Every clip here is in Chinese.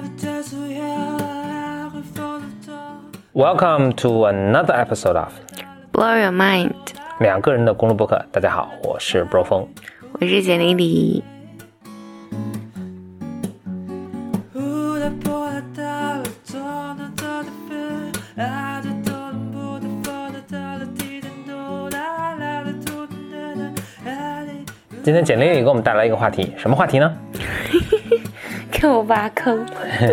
Welcome to another episode of Blow Your Mind， 两个人的公路播客。大家好，我是 Bro 风， 我是简丽丽。 今天简丽丽给我们带来一个话题，什么话题呢？ 看我挖坑。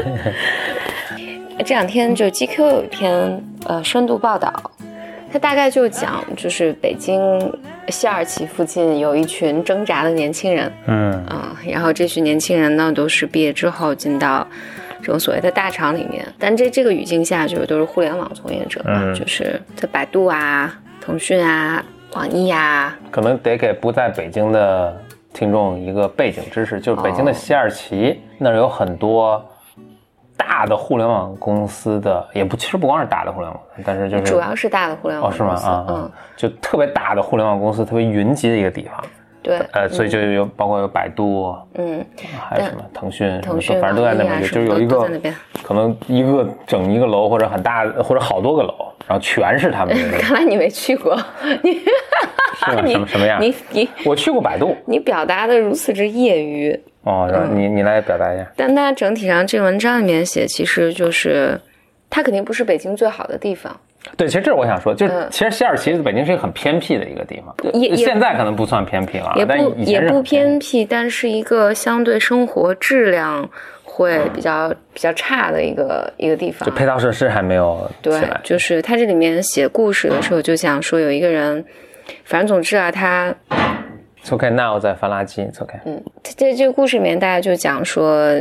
这两天就 GQ 有一篇深度报道，它大概就讲就是北京西二旗附近有一群挣扎的年轻人，然后这群年轻人呢都是毕业之后进到这种所谓的大厂里面，但这个语境下就是都是互联网从业者嘛，就是在百度啊、腾讯啊、网易啊， 可能得给不在北京的听众一个背景知识，就是北京的西二旗那儿有很多大的互联网公司的，其实不光是大的互联网，但是就是主要是大的互联网公司， 是吗？就特别大的互联网公司，特别云集的一个地方。 对， 所以就有包括有百度，还有什么腾讯，反正都在那边，就是有一个可能整一个楼或者很大或者好多个楼，然后全是他们的。 看来你没去过，你是什么样？我去过百度。 你表达的如此之业余。 你来表达一下。 但它整体上这文章里面写，其实就是它肯定不是北京最好的地方。 对，其实这是我想说，就是其实西二旗北京是一个很偏僻的一个地方，现在可能不算偏僻了， 也不偏僻，但是一个相对生活质量会比较差的一个地方， 就配套设施还没有起来。 对，就是他这里面写故事的时候就想说有一个人，反正总之啊，他。 It's okay， 那我在翻垃圾。It's okay。 这个故事里面大家就讲说，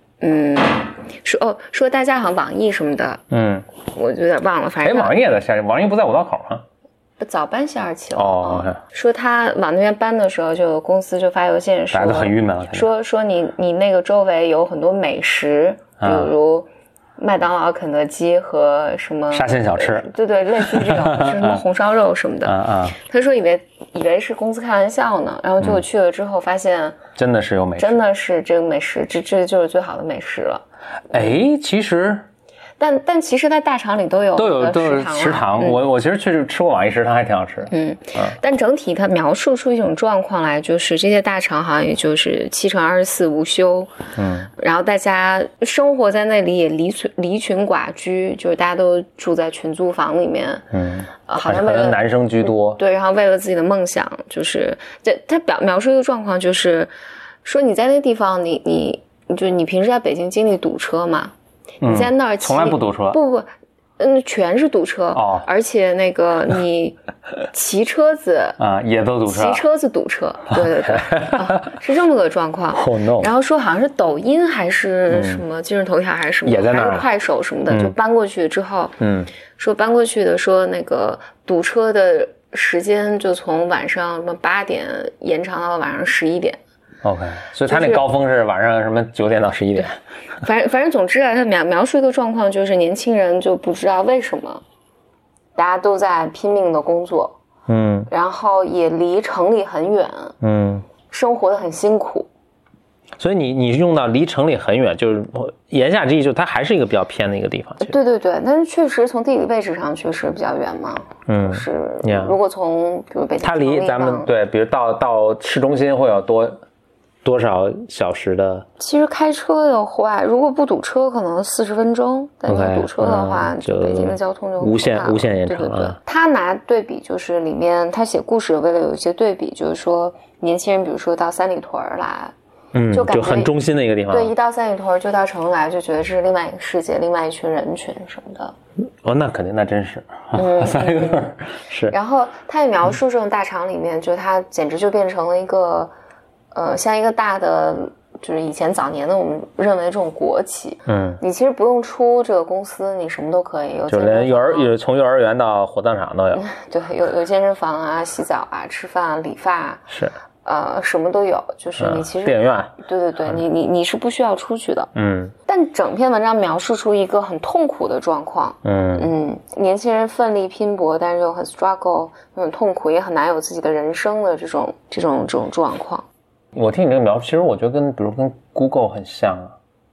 说大家好像网易什么的，我有点忘了，反正网易也在下，网易不在五道口吗？ 早搬西二旗了。说他往那边搬的时候，就有公司就发邮件说， 大家都很郁闷了。 说你那个周围有很多美食，比如麦当劳、肯德基和什么沙县小吃， 对，类似这种，是什么红烧肉什么的。他说以为是公司开玩笑呢，然后结果去了之后发现真的是有美食， 真的是这个美食，这就是最好的美食了。 其实。 但其实在大厂里都有食堂，我其实确实吃过网易食堂，还挺好吃。 但整体它描述出一种状况来，就是这些大厂好像也就是7×24无休，然后大家生活在那里也离群寡居，就是大家都住在群租房里面，好像为了男生居多， 对，然后为了自己的梦想，就是他描述一个状况，就是说你在那个地方，你平时在北京经历堵车嘛。你在那儿从来不堵车， 不，全是堵车而且那个你骑车子也都堵车， 骑车子堵车，对，是这么个状况。 no. 然后说好像是抖音还是什么今日头条还是什么， 也在那儿， 还是快手什么的，就搬过去之后，说搬过去的说那个堵车的时间就从晚上什么8点延长到了晚上11点。 OK， 所以他那高峰是晚上什么9点到11点。 反正总之啊，他描述一个状况，就是年轻人就不知道为什么大家都在拼命的工作，然后也离城里很远，生活的很辛苦。 所以你用到离城里很远，就是言下之意，就它还是一个比较偏的一个地方。 对，但是确实从地理位置上确实比较远嘛。是，如果从比如北京， 它离咱们对，比如到市中心会有多少小时的？ 其实开车的话，如果不堵车，可能40分钟；但是堵车的话，就北京的交通就无限延长。 对。他拿对比，就是里面他写故事为了有一些对比，就是说年轻人，比如说到三里屯来，就感觉就很中心的一个地方。 对，一到三里屯就到城来，就觉得这是另外一个世界，另外一群人群什么的。 那肯定，那真是。三里屯是。 然后他也描述这种大厂里面，就它简直就变成了一个。像一个大的，就是以前早年的我们认为这种国企，你其实不用出这个公司，你什么都可以，有就连从幼儿园到火葬场都有， 对，有健身房啊、洗澡啊、吃饭啊、理发， 是， 什么都有，就是你其实电影院， 对，你是不需要出去的，但整篇文章描述出一个很痛苦的状况，年轻人奋力拼搏，但是又很 struggle， 很痛苦，也很难有自己的人生的这种状况。 我听你这个描述，其实我觉得比如跟 Google 很像啊，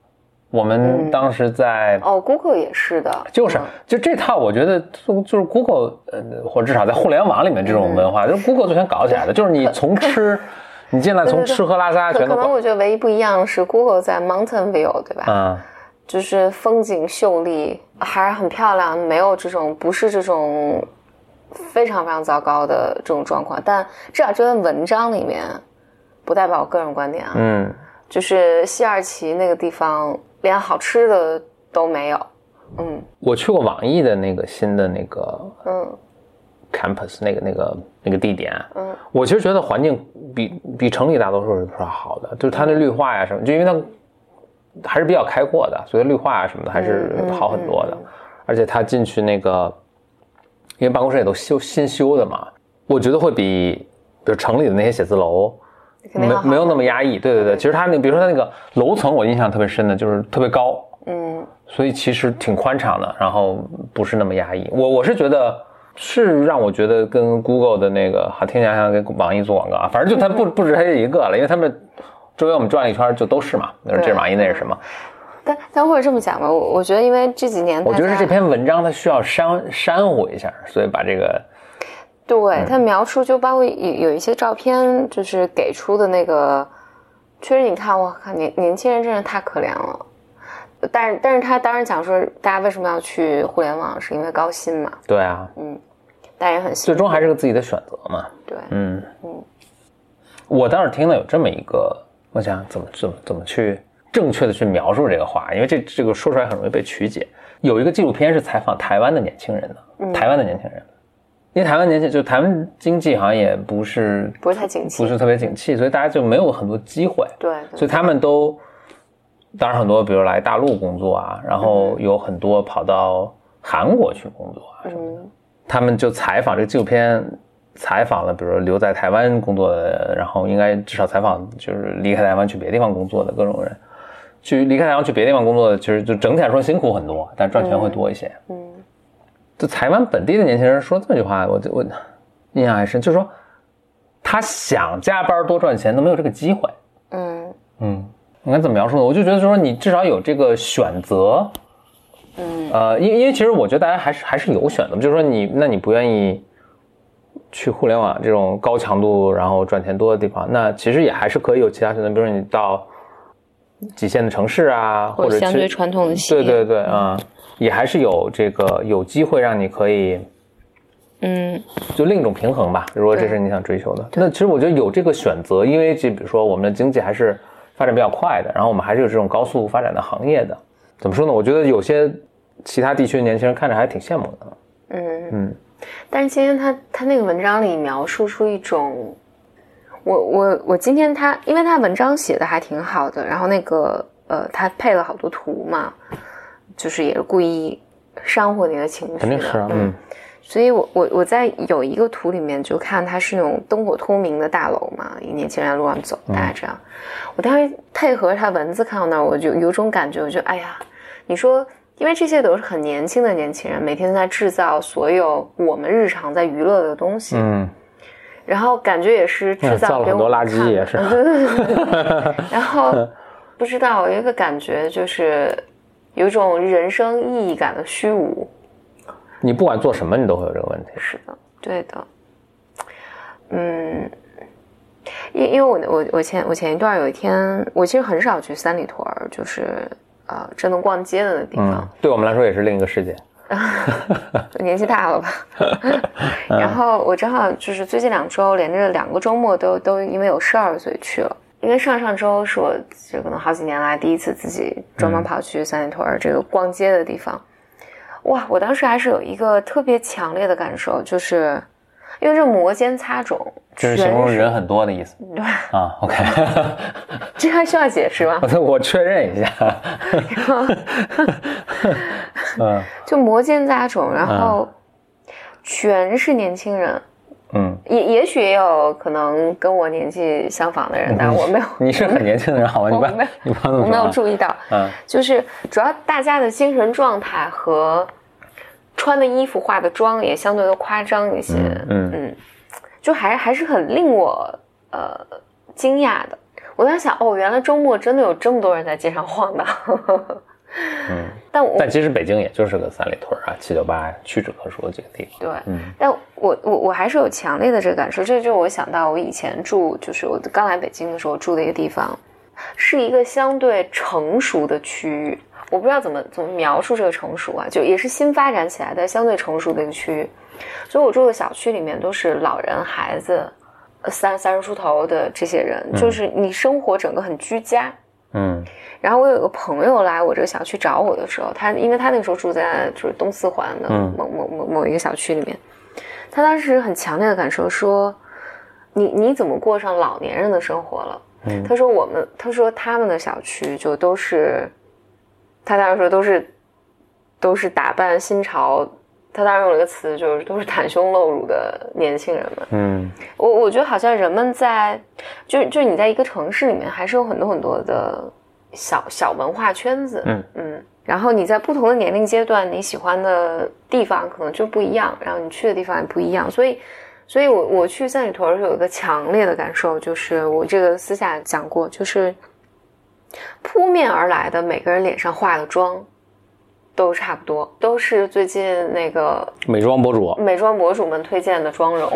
我们当时在 Google 也是的， 就这套，我觉得就是 Google， 或者至少在互联网里面这种文化，就是 Google 最先搞起来的，就是你从吃，你进来从吃喝拉撒全都。 可能我觉得唯一不一样是 Google 在 Mountain View， 对吧？就是风景秀丽，还是很漂亮，没有不是这种非常非常糟糕的这种状况，但至少这篇文章里面不代表我个人观点啊。就是西二旗那个地方连好吃的都没有。 我去过网易的那个新的那个campus 那个地点，我其实觉得环境比城里大多数是好的，就是它那绿化呀什么，就因为它还是比较开阔的，所以绿化啊什么的还是好很多的。而且它进去那个，因为办公室也都新修的嘛，我觉得会比如城里的那些写字楼没有那么压抑。对，其实它比如说它那个楼层，我印象特别深的就是特别高，所以其实挺宽敞的，然后不是那么压抑。我是觉得是让我觉得跟 Google 的那个，好听起来像跟网易做广告，反正就它不止它这一个了，因为他们周围我们转了一圈就都是嘛，这是网易，那是什么？ 但或者这么讲吧，我觉得因为这几年我觉得是这篇文章它需要删糊一下，所以把这个对它描述就包括有一些照片，就是给出的那个，确实你看，我看年轻人真是太可怜了。但是他当然讲说，大家为什么要去互联网，是因为高薪嘛？ 对啊， 但也很辛苦， 最终还是个自己的选择嘛。 对， 我当时听了有这么一个，我想怎么去正确的去描述这个话，因为这个说出来很容易被曲解。有一个纪录片是采访台湾的年轻人的，台湾的年轻人，因为台湾经济好像也不是太景气， 不是特别景气，所以大家就没有很多机会。 对， 所以他们都。当然很多比如来大陆工作啊，然后有很多跑到韩国去工作啊什么的，他们就采访，这个纪录片采访了比如说留在台湾工作的，然后应该至少采访就是离开台湾去别的地方工作的各种人，离开台湾去别的地方工作的，其实就整体来说辛苦很多，但赚钱会多一些。就台湾本地的年轻人说这么句话，我印象还深，就是说他想加班多赚钱都没有这个机会。应该怎么描述呢？我就觉得说你至少有这个选择，因为其实我觉得大家还是有选择，就是说你不愿意去互联网这种高强度然后赚钱多的地方，那其实也还是可以有其他选择，比如说你到几线的城市啊，或者相对传统的企业， 对也还是有有机会让你可以，就另一种平衡吧。如果这是你想追求的，那其实我觉得有这个选择，因为比如说我们的经济还是发展比较快的，然后我们还是有这种高速发展的行业的。怎么说呢？我觉得有些其他地区的年轻人看着还挺羡慕的。 但是今天他那个文章里描述出一种，我今天因为他文章写的还挺好的，然后那个他配了好多图嘛，就是也是故意煽乎你的情绪的。 肯定是啊， 所以我在有一个图里面就看它是那种灯火通明的大楼嘛，一年轻人在路上走，大家这样。我当时配合他文字看到那儿，我就有种感觉，我就哎呀，你说，因为这些都是很年轻的年轻人，每天在制造所有我们日常在娱乐的东西，然后感觉也是制造给我们看，造了很多垃圾也是，对。然后不知道有一个感觉就是有一种人生意义感的虚无。 你不管做什么，你都会有这个问题。 是的，对的。因为我前一段有一天，我其实很少去三里屯，就是真的逛街的地方。 对我们来说也是另一个世界。 年纪大了吧？然后我正好就是最近2周连着2个周末都因为有事儿，所以去了。因为上周是我这可能好几年来第一次自己专门跑去三里屯这个逛街的地方。哇，我当时还是有一个特别强烈的感受，就是因为这摩肩擦踵， 就是形容人很多的意思。 对啊 ，OK， 这还需要解释吗？ 我确认一下。 就摩肩擦踵，然后全是年轻人。也许也有可能跟我年纪相仿的人，但我没有。 你是很年轻的人，好吧？ 我没有注意到。就是主要大家的精神状态和穿的衣服、化的妆也相对的夸张一些。就还是很令我惊讶的。 我在想，哦，原来周末真的有这么多人在街上晃荡。 但其实北京也就是个三里屯啊，798屈指可数的几个地方。 对，但我还是有强烈的这个感受，这就我想到我以前住，就是我刚来北京的时候住的一个地方，是一个相对成熟的区域。我不知道怎么描述这个成熟啊，就也是新发展起来的相对成熟的一个区域。所以我住的小区里面都是老人、孩子，30出头的这些人，就是你生活整个很居家。然后我有个朋友来我这个小区找我的时候，因为他那个时候住在就是东四环的某一个小区里面，他当时很强烈的感受说，你怎么过上老年人的生活了？他说他们的小区就都是，他当时说都是打扮新潮，他当时用了一个词，就是都是袒胸露乳的年轻人们。我觉得好像人们在就你在一个城市里面还是有很多很多的小文化圈子。然后你在不同的年龄阶段，你喜欢的地方可能就不一样，然后你去的地方也不一样，所以我去三里屯有一个强烈的感受，就是我这个私下讲过，就是扑面而来的每个人脸上化的妆都差不多，都是最近那个美妆博主们推荐的妆容。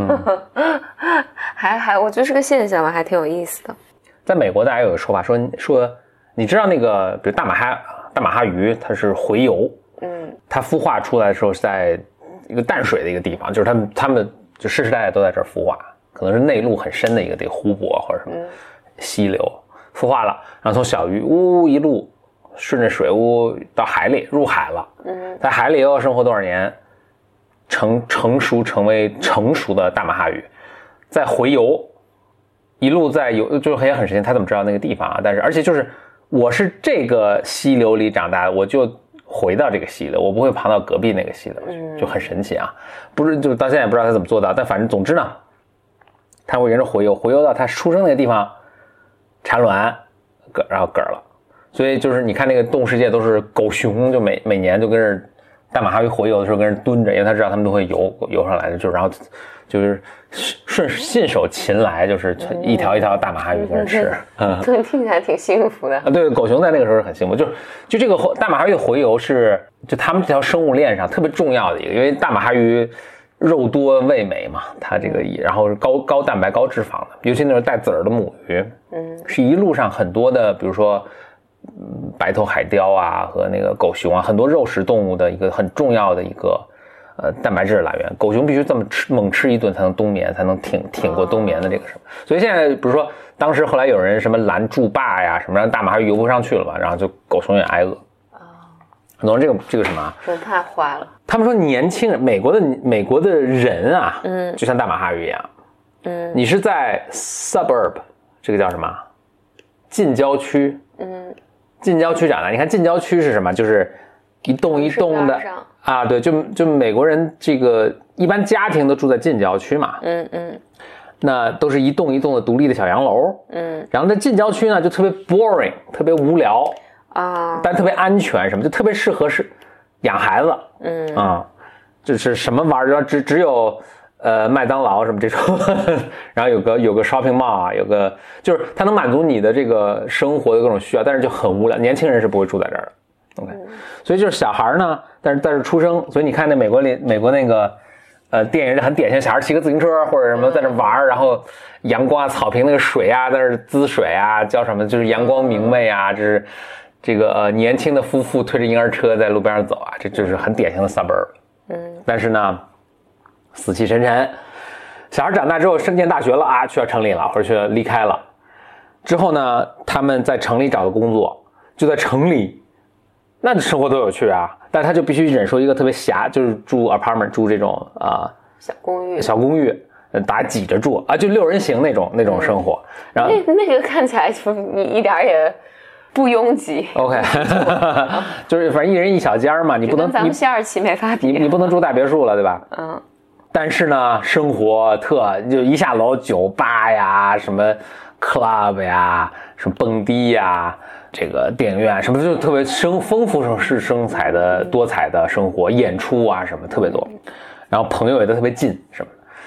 我觉得是个现象吧，还挺有意思的。 在美国大家有个说法说你知道那个比如大马哈鱼它是洄游，它孵化出来的时候是在一个淡水的一个地方，就是他们就世世代代都在这儿孵化，可能是内陆很深的一个这个湖泊或者什么溪流孵化了，然后从小鱼一路顺着水屋到海里入海了，在海里又要生活多少年，成为成熟的大马哈鱼，再洄游，一路在游，就是也很神奇，他怎么知道那个地方啊？但是而且就是我是这个溪流里长大的，我就回到这个溪流，我不会爬到隔壁那个溪流，就很神奇啊！不是，就到现在也不知道他怎么做到，但反正总之呢，他会沿着洄游到他出生那个地方，产卵，然后嗝了。所以就是你看那个动物世界都是狗熊，就每年就跟着大马哈鱼洄游的时候跟人蹲着，因为他知道他们都会游上来的，然后就是信手擒来，就是一条一条大马哈鱼跟人吃。 对，听起来挺幸福的。 对，狗熊在那个时候是很幸福，就这个大马哈鱼的洄游是就他们这条生物链上特别重要的一个，因为大马哈鱼肉多味美嘛，它这个然后是高蛋白高脂肪的，尤其那种带籽儿的母鱼，是一路上很多的，比如说白头海雕啊和那个狗熊啊，很多肉食动物的一个很重要的一个蛋白质的来源。狗熊必须这么猛吃一顿才能冬眠，才能挺过冬眠的这个什么。所以现在比如说当时后来有人什么拦筑坝呀什么，让大马哈鱼游不上去了嘛，然后就狗熊也挨饿。总之这个什么真太坏了。 他们说年轻人，美国的人啊，就像大马哈鱼一样，你是在 suburb 这个叫什么近郊区，近郊区长大。你看近郊区是什么？就是一栋一栋的啊，对，就美国人这个一般家庭都住在近郊区嘛，那都是一栋一栋的独立的小洋楼，然后在近郊区呢就特别 boring， 特别无聊啊，但特别安全，什么就特别适合是养孩子，就是什么玩意儿只有麦当劳什么这种，然后有个 shopping mall 啊，有个就是它能满足你的这个生活的各种需要，但是就很无聊，年轻人是不会住在这儿的。OK， 所以就是小孩呢，但是出生，所以你看那美国那个电影很典型，小孩骑个自行车或者什么在那玩，然后阳光草坪那个水啊，在那滋水啊，叫什么就是阳光明媚啊，这是这个年轻的夫妇推着婴儿车在路边上走啊，这就是很典型的 suburb。但是呢死气沉沉，小孩长大之后念大学了啊，去到城里了或者去离开了之后呢，他们在城里找的工作就在城里，那生活多有趣啊，但他就必须忍受一个特别就是住 apartment， 住这种小公寓大家挤着住啊，就6人行那种生活。然后那个看起来就一点也不拥挤。 OK， 就是反正一人一小间嘛，你不能咱们西期没法比， 你不能住大别墅了，对吧？但是呢，生活就一下楼酒吧呀，什么 club 呀，什么蹦迪呀，这个电影院什么就特别丰富彩的多彩的生活，演出啊什么特别多，然后朋友也都特别近什么的。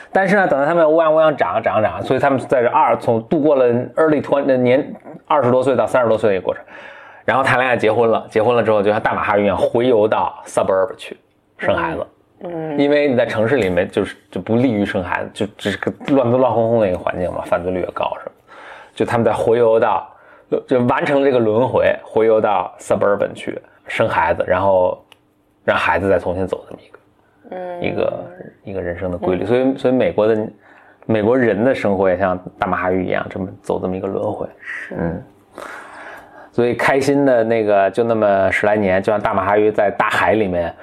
但是呢，等到他们乌泱长，所以他们在这从度过了 early 年20多岁到30多岁的一个过程，然后谈恋爱结婚了之后就像大马哈鱼一样回游到 suburb 去生孩子。因为你在城市里面就不利于生孩子，就只是个乱哄哄的一个环境嘛，犯罪率也高什么，就他们在回游到就完成了这个轮回，回游到 suburban 去生孩子，然后让孩子再重新走这么一个人生的规律。所以美国人的生活也像大马哈鱼一样走这么一个轮回。所以开心的那个就那么10来年，就像大马哈鱼在大海里面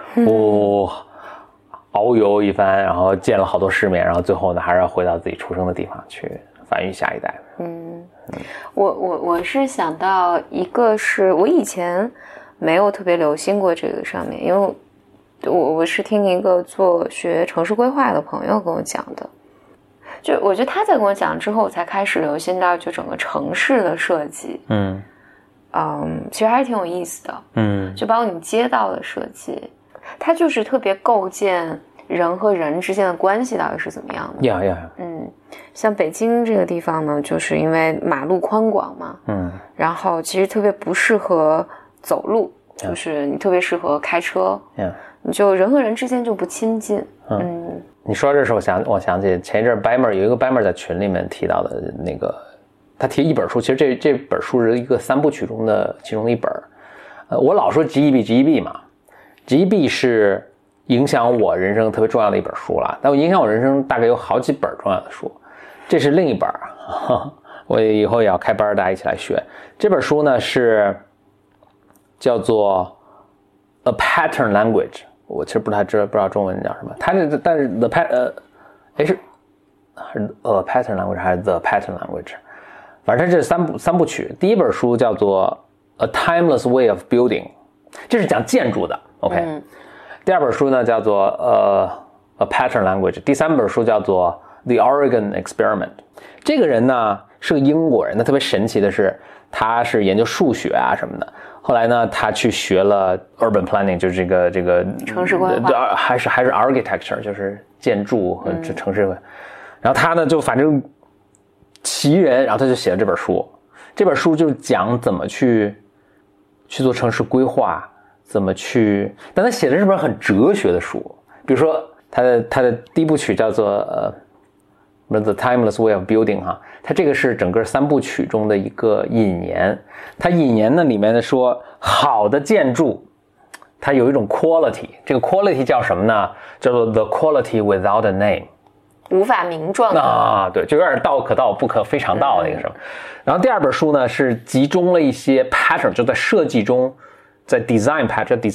遨游一番，然后见了好多世面，然后最后呢还是要回到自己出生的地方去繁育下一代。 我是想到一个是我以前没有特别留心过这个上面，因为我是听一个学城市规划的朋友跟我讲的，就我觉得他在跟我讲之后，我才开始留心到就整个城市的设计。其实还是挺有意思的。就包括你街道的设计，它就是特别构建人和人之间的关系到底是怎么样的。像北京这个地方呢，就是因为马路宽广嘛，然后其实特别不适合走路，就是你特别适合开车，你就人和人之间就不亲近。 你说这时候我想起前一阵Baimer有一个Baimer在群里面提到的那个，他提一本书，其实这本书是一个3部曲中的其中的一本。我老说 GEB 嘛，GEB 是影响我人生特别重要的一本书了，但我影响我人生大概有好几本重要的书，这是另一本，我以后也要开班，大家一起来学。这本书呢是叫做 A Pattern Language， 我其实不知道中文叫什么，但是 是 A Pattern Language 还是 The Pattern Language， 反正这是三部曲。第一本书叫做 A Timeless Way of Building， 这是讲建筑的 OK。第二本书呢叫做A Pattern Language， 第三本书叫做 The Oregon Experiment。 这个人呢是个英国人，他特别神奇的是他是研究数学啊什么的，后来呢他去学了 Urban Planning， 就是这个城市规划， 还是 Architecture， 就是建筑和城市，然后他呢就反正奇人，然后他就写了这本书。这本书就是讲怎么去做城市规划，怎么去，但他写的是本很哲学的书。比如说他的第一部曲叫做The Timeless Way of Building 哈，他这个是整个3部曲中的一个引言。他引言呢里面说，好的建筑它有一种 quality， 这个 quality 叫什么呢？叫做 the quality without a name， 无法名状啊，对，就有点道可道不可非常道那个什么。然后第二本书呢是集中了一些 pattern， 就在设计中，在 design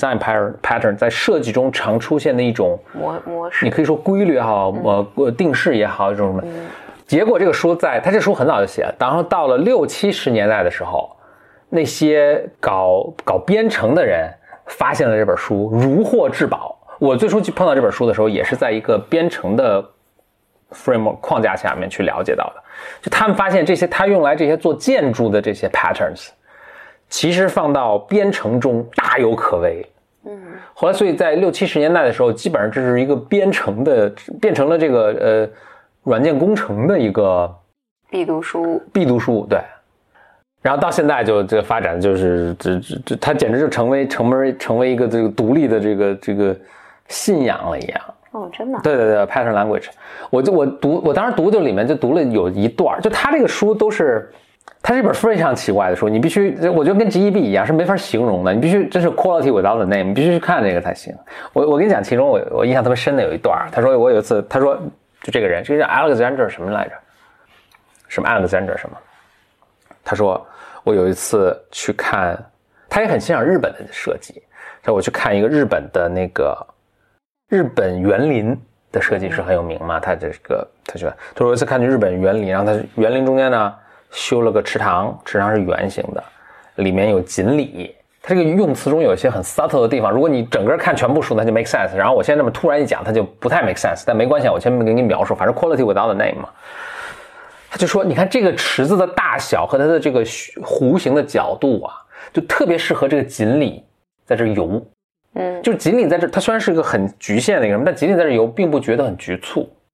pattern 在设计中常出现的一种模式，你可以说规律也好，定式也好，这种什么。结果这个书他这书很早就写了，然后到了60、70年代的时候，那些搞编程的人发现了这本书，如获至宝。我最初碰到这本书的时候，也是在一个编程的 framework 框架下面去了解到的。就他们发现他用来这些做建筑的这些 patterns， 其实放到编程中大有可为。后来所以在60、70年代的时候，基本上这是一个变成了这个软件工程的一个必读书， 对。然后到现在就这个发展就是它简直就成为一个这个独立的这个信仰了一样。 真的？ 对 Pattern Language， 我当时读就里面就读了有一段，就他这个书它是一本非常奇怪的书，你必须，我觉得跟 GEB 一样是没法形容的，你必须真是 quality without the name， 你必须去看这个才行。我跟你讲，其中我印象特别深的有一段，他说我有一次，他说就这个人，这个叫 Alexander 什么来着？什么 Alexander 什么？他说我有一次去看，他也很欣赏日本的设计，他说我去看一个日本的那个日本园林的设计师很有名嘛，他说我有一次看日本园林，然后他园林中间呢修了个池塘是圆形的，里面有锦鲤。它这个用词中有一些很 subtle 的地方，如果你整个看全部书它就 make sense， 然后我现在这么突然一讲它就不太 make sense， 但没关系，我前面给你描述，反正 quality without the name 嘛。他就说你看这个池子的大小和它的这个弧形的角度啊，就特别适合这个锦鲤在这游。就是锦鲤在这，它虽然是个很局限的一个什么，但锦鲤在这游并不觉得很局促。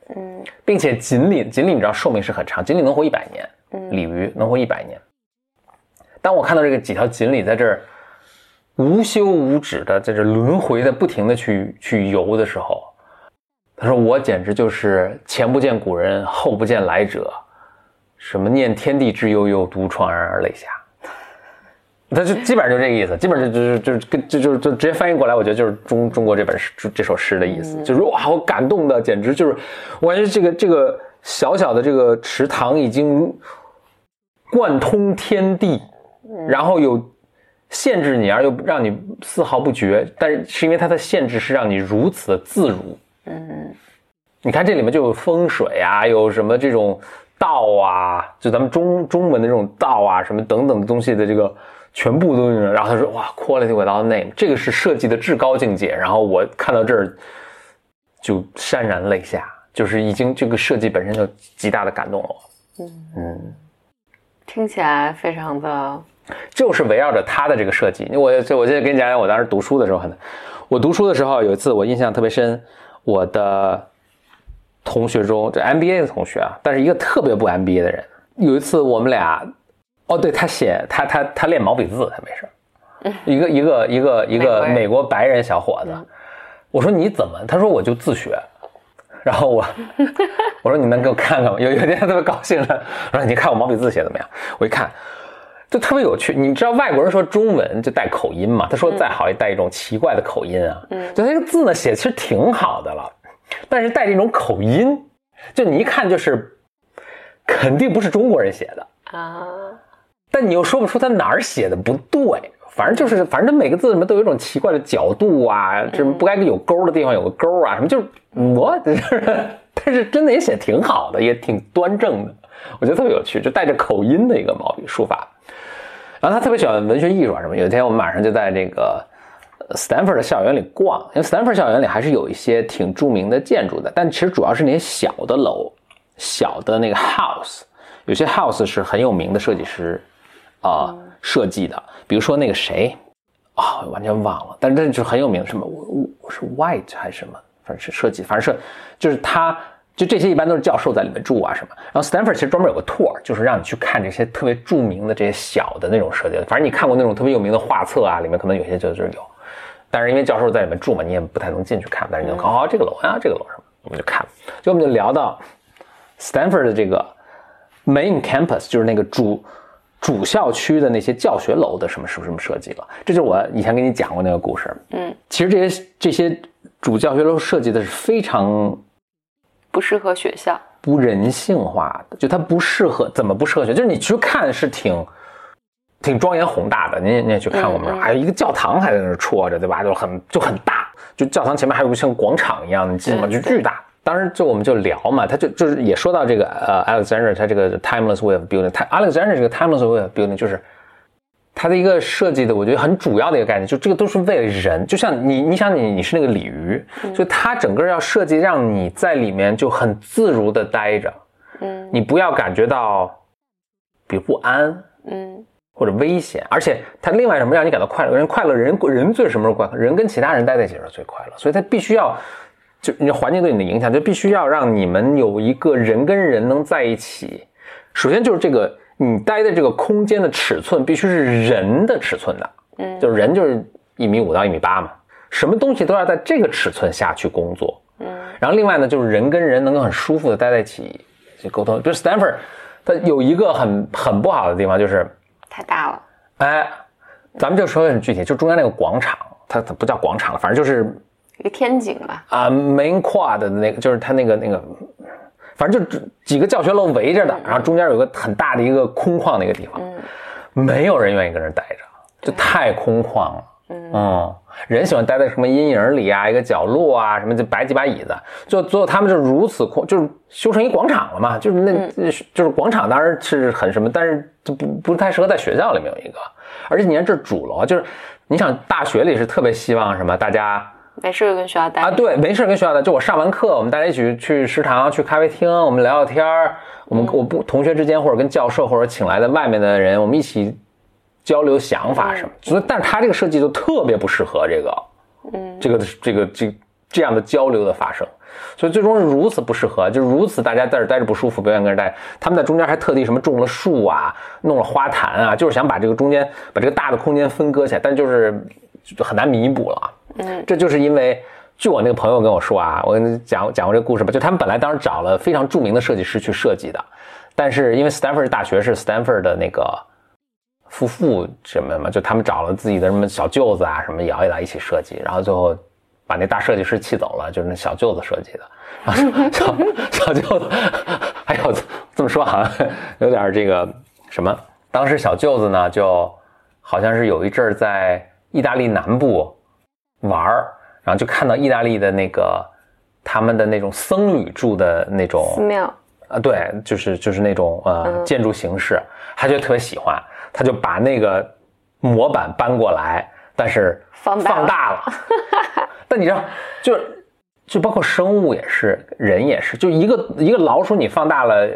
并且锦鲤你知道寿命是很长，锦鲤能活100年，鲤鱼能活100年。当我看到这个几条锦鲤在这儿无休无止的在这轮回的不停的去游的时候，他说我简直就是前不见古人后不见来者，什么念天地之悠悠，独怆然而泪下。他就基本上就这个意思，基本上就直接翻译过来，我觉得就是中国这首诗的意思，就是哇，好感动的，简直就是我感觉这个小小的这个池塘已经贯通天地，然后有限制你而又让你丝毫不觉，但是因为它的限制是让你如此的自如。你看这里面就有风水啊，有什么这种道啊，就咱们中文的这种道啊，什么等等的东西的这个全部都有。然后他说哇 ，quality without name， 这个是设计的至高境界。然后我看到这儿就潸然泪下，就是已经这个设计本身就极大的感动了我。 听起来非常的， 就是围绕着他的这个设计。我记得跟你讲讲我当时读书的时候，我读书的时候有一次我印象特别深，我的同学中，这 MBA 的同学啊，但是一个特别不 MBA 的人。有一次我们俩，对，他练毛笔字，他没事。一个美国白人小伙子，我说你怎么？他说我就自学。然后我说你能给我看看吗？有一天他特别高兴了，我说你看我毛笔字写怎么样？我一看，就特别有趣。你知道外国人说中文就带口音嘛？他说再好也带一种奇怪的口音啊。就他这个字呢写其实挺好的了。但是带这种口音，就你一看就是肯定不是中国人写的啊，但你又说不出他哪儿写的不对，反正每个字什么都有一种奇怪的角度啊，这不该有勾的地方有个勾啊，什么就是但是真的也写挺好的，也挺端正的，我觉得特别有趣，就带着口音的一个毛笔书法。然后他特别喜欢文学艺术啊什么。有一天我们晚上就在这个Stanford 的校园里逛，因为 Stanford 校园里还是有一些挺著名的建筑的，但其实主要是那些小的楼，小的那个 house， 有些 house 是很有名的设计师设计的，比如说那个谁完全忘了，但是这就是很有名的，什么是 White 还是什么，反正是设计，反正是就是他就这些一般都是教授在里面住啊什么。然后 Stanford 其实专门有个 tour， 就是让你去看这些特别著名的这些小的那种设计，反正你看过那种特别有名的画册啊，里面可能有些就是有。但是因为教授在里面住嘛，你也不太能进去看，但是你能看这个楼啊，这个楼什么，我们就看，就我们就聊到 Stanford 的这个 main campus， 就是那个主校区的那些教学楼的什么设计了。这就是我以前跟你讲过那个故事。其实这些主教学楼设计的是非常不适合学校， 不人性化的，就它不适合，怎么不适合学校？就是你去看是挺庄严宏大的，你也去看过吗？还有一个教堂还在那戳着，对吧？就很大，就教堂前面还有个像广场一样，你记吗？就巨大。当时我们就聊嘛，他就是也说到这个Alexander 他这个 timeless way of building，Alexander 这个 timeless way of building 就是他的一个设计的，我觉得很主要的一个概念，就这个都是为了人，就像你想你是那个鲤鱼，所以他整个要设计让你在里面就很自如的待着，你不要感觉到比如不安，或者危险，而且他另外什么让你感到快乐？人最什么时候快乐？人跟其他人待在一起的时候最快乐，所以他必须要，就你环境对你的影响，就必须要让你们有一个人跟人能在一起。首先就是这个你待的这个空间的尺寸必须是人的尺寸的，就是人就是1.5米到1.8米嘛，什么东西都要在这个尺寸下去工作。然后另外呢，就是人跟人能够很舒服的待在一起去沟通。比如 Stanford， 它有一个很不好的地方就是太大了。 咱们就说很具体，就中间那个广场，它不叫广场了，反正就是一个天井吧。 main quad 的那个，就是它那个，反正就几个教学楼围着的，然后中间有个很大的一个空旷的一个地方，没有人愿意跟人待着，就太空旷了。人喜欢待在什么阴影里啊，一个角落啊，什么就摆几把椅子，最后他们就如此空，就是修成一广场了嘛，就是就是广场当然是很什么，但是就不太适合在学校里面有一个。而且你看这主楼，就是你想大学里是特别希望什么，大家没事跟学校待对，没事跟学校待，就我上完课，我们大家一起去食堂、去咖啡厅，我们聊聊天，我同学之间或者跟教授或者请来的外面的人，我们一起交流想法什么。所以但是他这个设计就特别不适合这个这样的交流的发生，所以最终是如此不适合，就是如此大家在这待着不舒服，不愿意跟人待。他们在中间还特地什么种了树啊，弄了花坛啊，就是想把这个中间把这个大的空间分割起来，但就是很难弥补了。这就是因为据我那个朋友跟我说啊，我跟你讲过这个故事吧，就他们本来当时找了非常著名的设计师去设计的，但是因为斯坦福大学是斯坦福的那个夫妇什么嘛，就他们找了自己的什么小舅子啊什么摇一摇一起设计，然后最后把那大设计师气走了，就是那小舅子设计的。小舅子还有这么说好像有点这个什么，当时小舅子呢就好像是有一阵在意大利南部玩，然后就看到意大利的那个他们的那种僧侣住的那种寺庙对，就是那种建筑形式，他就特别喜欢，他就把那个模板搬过来，但是放大了。但你知道，就包括生物也是，人也是，就一个老鼠你放大了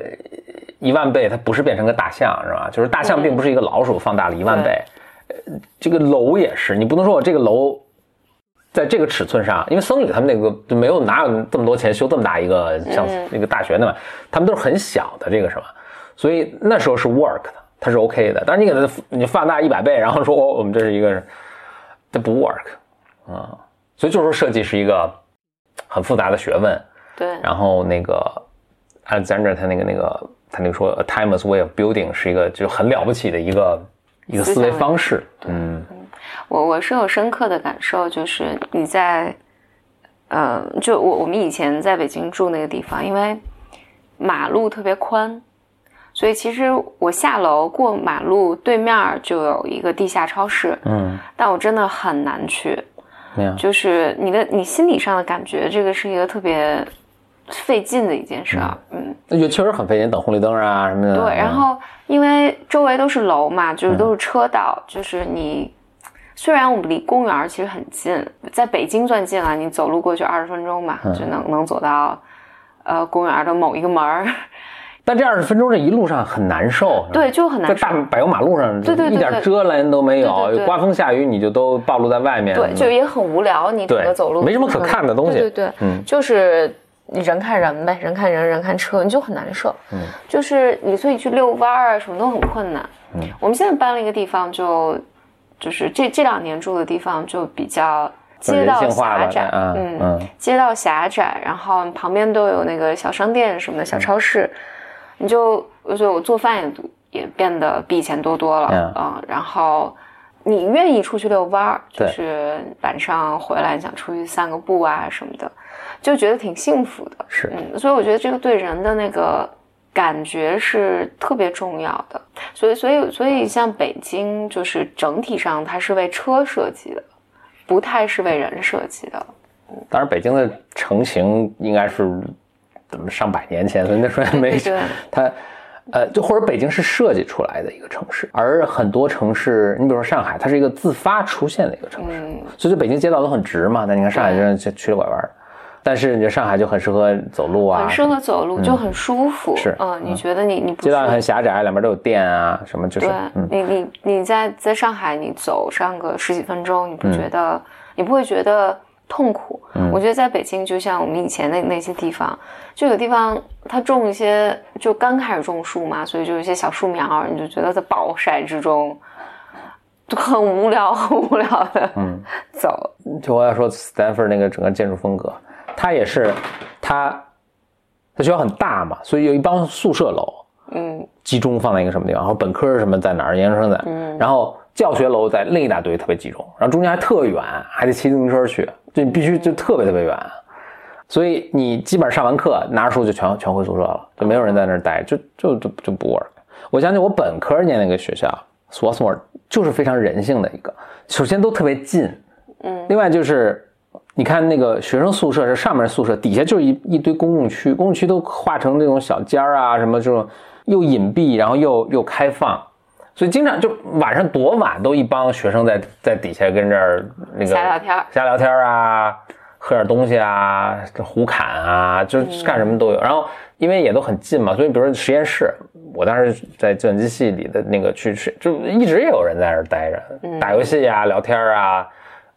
10000倍，它不是变成个大象是吧？就是大象并不是一个老鼠放大了10000倍，这个楼也是，你不能说我这个楼在这个尺寸上，因为僧侣他们那个就哪有这么多钱修这么大一个像那个大学的嘛，他们都是很小的这个什么，所以那时候是 work 的，它是 OK 的。但是你放大100倍，然后说我们这是一个，它不 work 啊。所以就是说设计是一个很复杂的学问。 对。然后那个 Alexander 他那个说 A timeless way of building 是一个就很了不起的一个思维方式。 我是有深刻的感受，就是你在就我们以前在北京住那个地方，因为马路特别宽，所以其实我下楼过马路对面就有一个地下超市，但我真的很难去，就是你心理上的感觉，这个是一个特别费劲的一件事儿。 也确实很费劲，等红绿灯啊什么的。 对，然后因为周围都是楼嘛，就是都是车道，就是你虽然我们离公园其实很近，在北京算近了，你走路过去20分钟吧，就能走到公园的某一个门。 但这20分钟这一路上很难受。 对，就很难受。 在大柏油马路上，对，一点遮拦都没有，刮风下雨你就都暴露在外面。对， 就也很无聊，你整个走路没什么可看的东西。 对，就是你人看人呗，人看人，人看车，你就很难受。就是你所以去遛弯啊，什么都很困难。我们现在搬了一个地方，就是这2年住的地方就比较街道狭窄，街道狭窄，然后旁边都有那个小商店什么的小超市，我做饭也变得比以前多了，然后你愿意出去遛弯，就是晚上回来想出去散个步啊什么的，就觉得挺幸福的。 是， 所以我觉得这个对人的那个感觉是特别重要的。所以像北京就是整体上它是为车设计的，不太是为人设计的。 当然北京的成型应该是上百年前，所以那时候没它就或者北京是设计出来的一个城市，而很多城市，你比如说上海，它是一个自发出现的一个城市，所以就北京街道都很直嘛，但你看上海就曲里拐弯，但是你上海就很适合走路啊， 很适合走路，就很舒服。是，你觉得你街道很狭窄，两边都有店啊，什么就是。 对，你在上海，你走上个10几分钟，你不会觉得痛苦。我觉得在北京，就像我们以前那些地方，就有地方它种一些，就刚开始种树嘛，所以就有一些小树苗，你就觉得在暴晒之中就很无聊的走。 就我要说斯坦福那个整个建筑风格，它也是它学校很大嘛，所以有一帮宿舍楼，集中放在一个什么地方，然后本科什么在哪儿，研究生在，然后教学楼在另一大堆特别集中，然后中间还特远，还得骑自行车去，就你必须就特别远，所以你基本上上完课拿着书就全回宿舍了，就没有人在那儿待，就不 work。我想起我本科念那个学校 Swarthmore 就是非常人性的一个，首先都特别近，另外就是你看那个学生宿舍是上面宿舍，底下就是一堆公共区，公共区都划成那种小间啊，什么这种又隐蔽，然后又开放，所以经常就晚上多晚都一帮学生在底下跟这儿那个瞎聊天啊，喝点东西啊，胡侃啊，就干什么都有。然后因为也都很近嘛，所以比如说实验室，我当时在计算机系里的那个去就一直也有人在那儿待着，打游戏啊，聊天啊。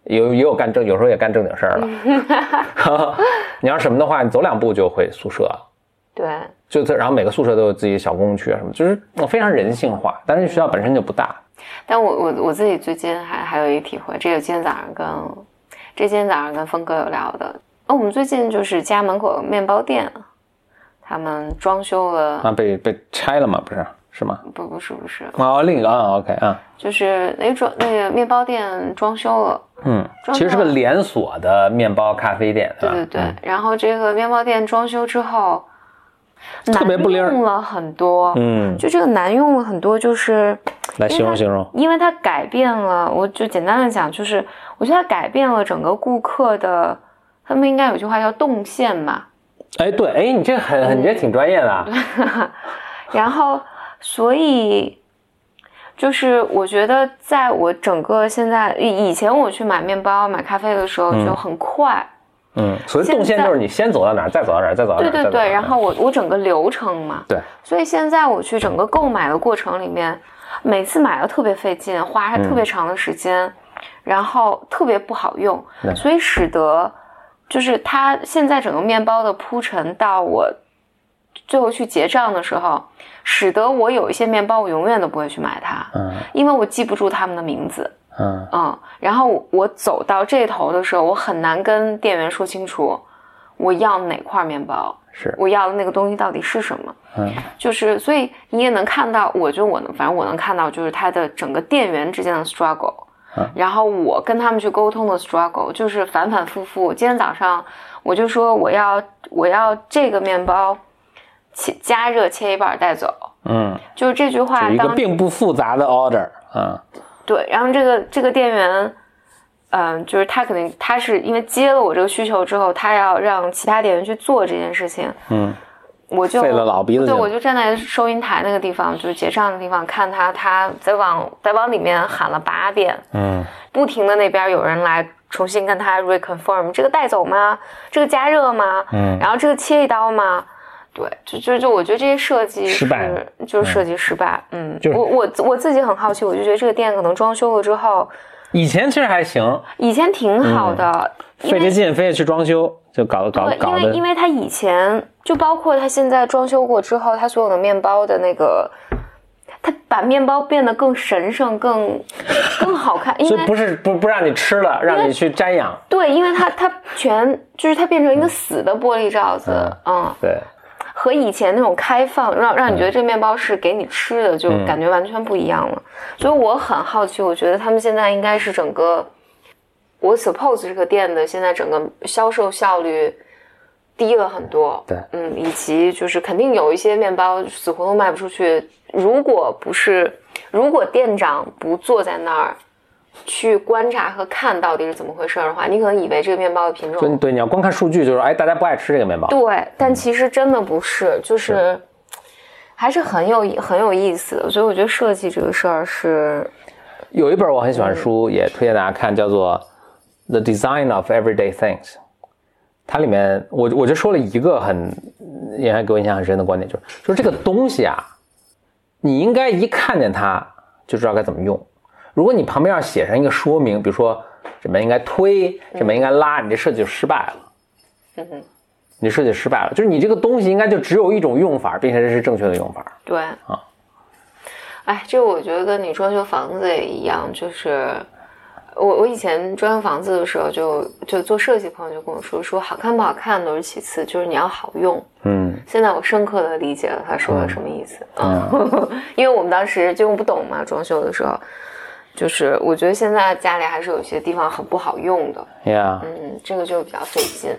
也有有时候也干正经事儿了。你要什么的话，你走2步就回宿舍了。 对， 然后每个宿舍都有自己小工区啊什么，就是非常人性化。但是学校本身就不大。 但我自己最近还有一体会，这今天早上跟峰哥有聊的。我们最近就是家门口面包店，他们装修了啊，被拆了吗？是吗？ 不是另一个OK 就是那个面包店装修了， 其实是个连锁的面包咖啡店， 对，然后这个面包店装修之后， 特别不灵， 难用了很多，就这个难用了很多，就是来形容， 因为它改变了，我就简单的讲，就是我觉得它改变了整个顾客的，他们应该有句话叫动线吧？ 对，你这挺专业的啊。 然后。所以，就是我觉得，在我整个现在以前我去买面包、买咖啡的时候就很快， 所以动线就是你先走到哪儿，再走到哪儿，再走到哪儿。 对，然后我整个流程嘛， 对， 所以现在我去整个购买的过程里面，每次买的特别费劲，花特别长的时间，然后特别不好用，所以使得就是它现在整个面包的铺陈到我最后去结账的时候。使得我有一些面包我永远都不会去买它，因为我记不住他们的名字，然后我走到这头的时候，我很难跟店员说清楚我要哪块面包，我要的那个东西到底是什么，就是所以你也能看到，反正我能看到就是它的整个店员之间的 struggle，然后我跟他们去沟通的 struggle 就是反反复复。今天早上我就说我要这个面包。加热切一半带走，就是这句话， 一个并不复杂的 order， 对，然后这个店员，就是他是因为接了我这个需求之后，他要让其他店员去做这件事情，我就费了老鼻子劲， 对，我就站在收银台那个地方，就是结账的地方，看他在往里面喊了8遍，不停的那边有人来重新跟他 reconfirm 这个带走吗？这个加热吗？然后这个切一刀吗？对，就我觉得这些设计失败， 就是设计失败。我自己很好奇，我就觉得这个店可能装修了之后， 以前其实还行， 以前挺好的， 费这劲非得去装修，就搞的。 因为他以前就包括他现在装修过之后，他所有的面包的那个，他把面包变得更神圣、更好看。因为所以不让你吃了，让你去瞻仰。 对，因为它全就是它变成一个死的玻璃罩子， 对。 和以前那种开放，让你觉得这个面包是给你吃的，就感觉完全不一样了。所以我很好奇，我觉得他们现在应该是整个，我 suppose 这个店的现在整个销售效率低了很多。 对， 以及就是肯定有一些面包死活都卖不出去。如果店长不坐在那儿去观察和看到底是怎么回事的话，你可能以为这个面包的品种， 对，你要光看数据就是大家不爱吃这个面包。 对，但其实真的不是，就是还是很有意思的。所以我觉得设计这个事儿是有一本我很喜欢书，也推荐大家看，叫做《The Design of Everyday Things》。它里面我就说了一个也还给我印象很深的观点，就是这个东西啊，你应该一看见它就知道该怎么用。如果你旁边要写上一个说明，比如说这边应该推，这边应该拉，你这设计就失败了。你设计失败了，就是你这个东西应该就只有一种用法，并且这是正确的用法。 对这个我觉得跟你装修房子也一样，就是我以前装修房子的时候就做设计，朋友就跟我说好看不好看都是其次，就是你要好用。现在我深刻的理解了他说的什么意思。因为我们当时就不懂嘛，装修的时候。就是我觉得现在家里还是有些地方很不好用的，这个就比较费劲，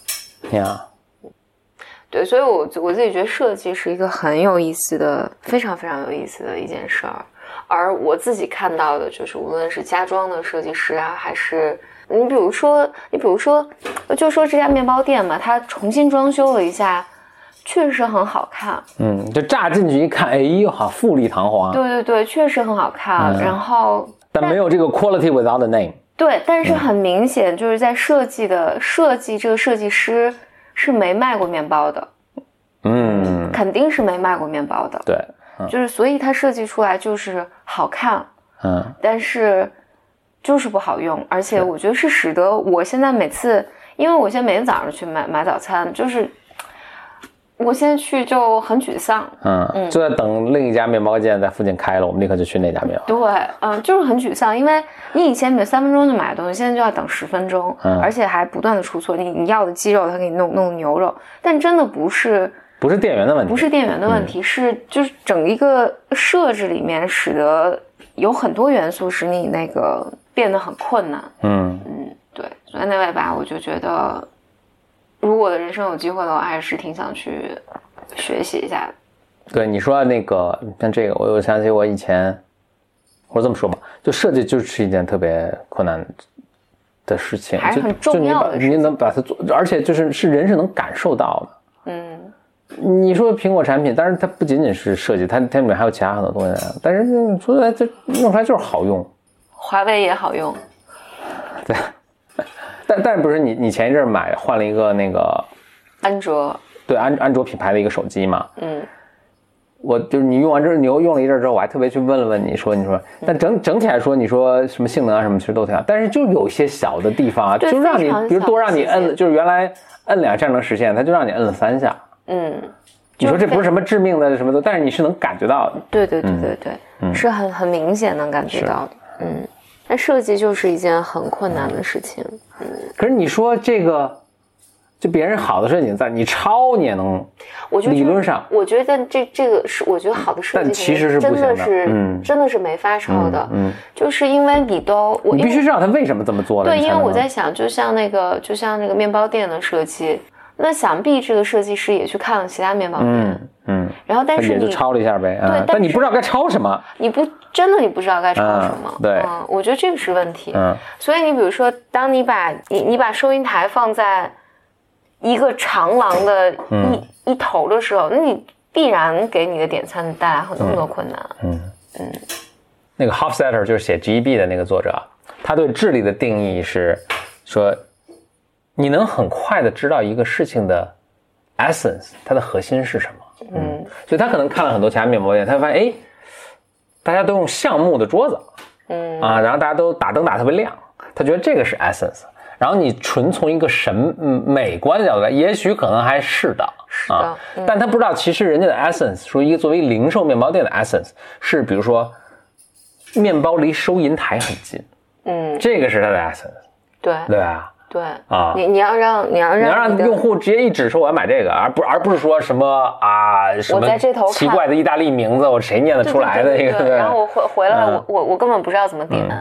对，所以我自己觉得设计是一个很有意思的，非常非常有意思的一件事儿。而我自己看到的就是，无论是家装的设计师啊，还是你比如说，就说这家面包店嘛，它重新装修了一下。确实很好看， 就乍进去一看，哎呦，好富丽堂皇。 对，确实很好看。然后， 但没有这个 quality without the name。 对，但是很明显，就是在设计这个设计师是没卖过面包的，肯定是没卖过面包的。 对， 就是所以他设计出来就是好看，但是就是不好用，而且我觉得是使得我现在每次，因为我现在每天早上去买早餐，就是我现在去就很沮丧， 就在等另一家面包店在附近开了，我们立刻就去那家面包。 对，就是很沮丧，因为你以前比如3分钟就买的东西，现在就要等10分钟，而且还不断的出错，你要的鸡肉他给你弄牛肉，但真的不是店员的问题， 不是店员的问题，是就是整一个设置里面使得有很多元素使你那个变得很困难。对，所以那位吧，我就觉得，如果我的人生有机会的话，还是挺想去学习一下的。 对你说那个像这个，我想起我以前，或者这么说吧，就设计就是一件特别困难的事情， 还是很重要的事情。 你能把它做，而且就是人是能感受到的。你说苹果产品，但是它不仅仅是设计，它里面还有其他很多东西，但是说出来就弄出来就是好用。 华为也好用。 对。但不是你前一阵换了一个那个安卓， 对安卓品牌的一个手机嘛？我就是你用完之后，你又用了一阵之后，我还特别去问了问你说，但整体来说，你说什么性能啊什么，其实都挺好，但是就有一些小的地方啊，就让你比如多让你摁，就是原来摁2下能实现，它就让你摁了3下。你说这不是什么致命的什么的，但是你是能感觉到的。 对，是很明显能感觉到的。但设计就是一件很困难的事情。 可是你说这个，就别人好的设计，你抄你也能， 我觉得理论上， 我觉得这个是我觉得好的设计， 但其实是不行的， 真的是没法抄的。就是因为你必须知道他为什么这么做的。 对，因为我在想，就像那个面包店的设计。那想必这个设计师也去看了其他面包店，然后但是你也就抄了一下呗， 对， 但你不知道该抄什么， 你不知道该抄什么， 对， 我觉得这个是问题，所以你比如说，当你把收音台放在一个长廊的一头的时候，那你必然给你的点餐带来很多困难， 那个 Hofstadter 就是写 GEB 的那个作者，他对智力的定义是说。你能很快的知道一个事情的 essence， 它的核心是什么？所以他可能看了很多其他面包店，他发现，大家都用橡木的桌子，然后大家都打灯打特别亮，他觉得这个是 essence。然后你纯从一个美观的角度来，也许可能还是的，但他不知道其实人家的 essence， 说一个作为零售面包店的 essence 是，比如说面包离收银台很近，这个是他的 essence， 对吧？ 对你要让用户直接一指说我要买这个，而不是说什么什么奇怪的意大利名字，我谁念得出来的一个？ 对，然后我回来我根本不知道怎么点。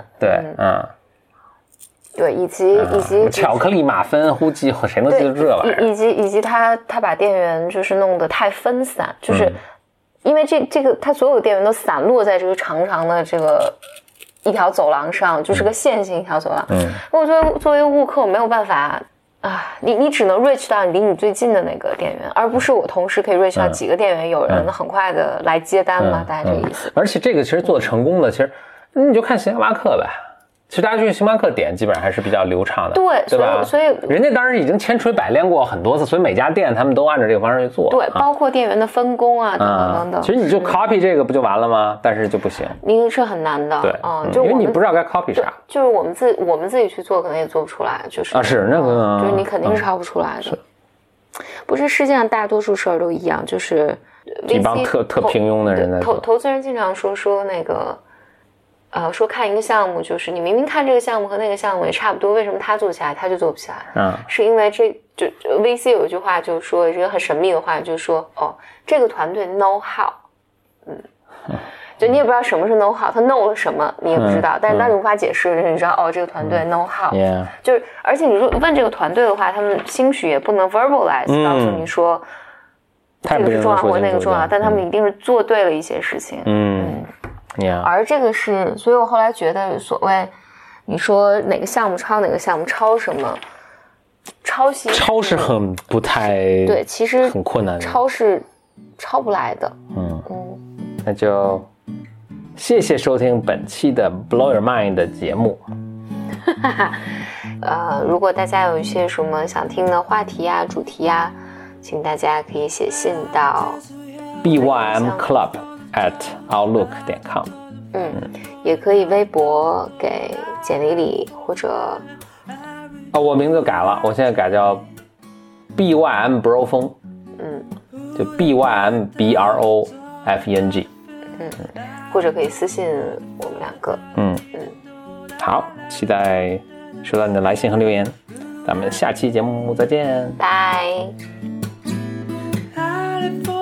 对，以及巧克力马芬，谁能记得这玩意儿？ 以及他把店员就是弄得太分散，就是因为这个他所有的店员都散落在这个长长的这个。一条走廊上，就是个线性一条走廊。我作为顾客，我没有办法你只能 reach 到离你最近的那个店员，而不是我同时可以 reach 到几个店员，有人很快的来接单嘛，大概这个意思。 而且这个其实做的成功的，其实你就看星巴克呗。其实大家去星巴克点基本上还是比较流畅的，对吧？ 所以人家当然已经千锤百炼过很多次，所以每家店他们都按照这个方式去做。 对，包括店员的分工等等。 其实你就 copy 这个不就完了吗？但是就不行， 你是很难的。 对，因为你不知道该 copy 啥。 就是我们自己去做，可能也做不出来。就是是那个， 就是你肯定是抄不出来的。不是世界上大多数事儿都一样，就是一帮特平庸的人在做。 投资人经常说那个。说看一个项目，就是你明明看这个项目和那个项目也差不多，为什么他做起来他就做不起来？是因为就 VC 有一句话就是说，这个很神秘的话，就是说这个团队 know how， 就你也不知道什么是 know how， 他 know 了什么你也不知道，但是当你无法解释，你知道这个团队 know how， 就是而且你说问这个团队的话，他们兴许也不能 verbalize，告诉你说这个是重要或那个重要，但他们一定是做对了一些事情。而这个是，所以我后来觉得，所谓你说哪个项目抄哪个项目，抄什么，抄袭是很不太对，其实很困难的， 抄是抄不来的。 那就谢谢收听本期的 Blow Your Mind 的节目。 如果大家有一些什么想听的话题主题请大家可以写信到 bymclub@outlook.com。 也可以微博给简历里或者我名字改了，我现在改叫 BYM Bro 风，就 BYMBROFENG， 或者可以私信我们2个， 好，期待收到你的来信和留言，咱们下期节目再见， 拜。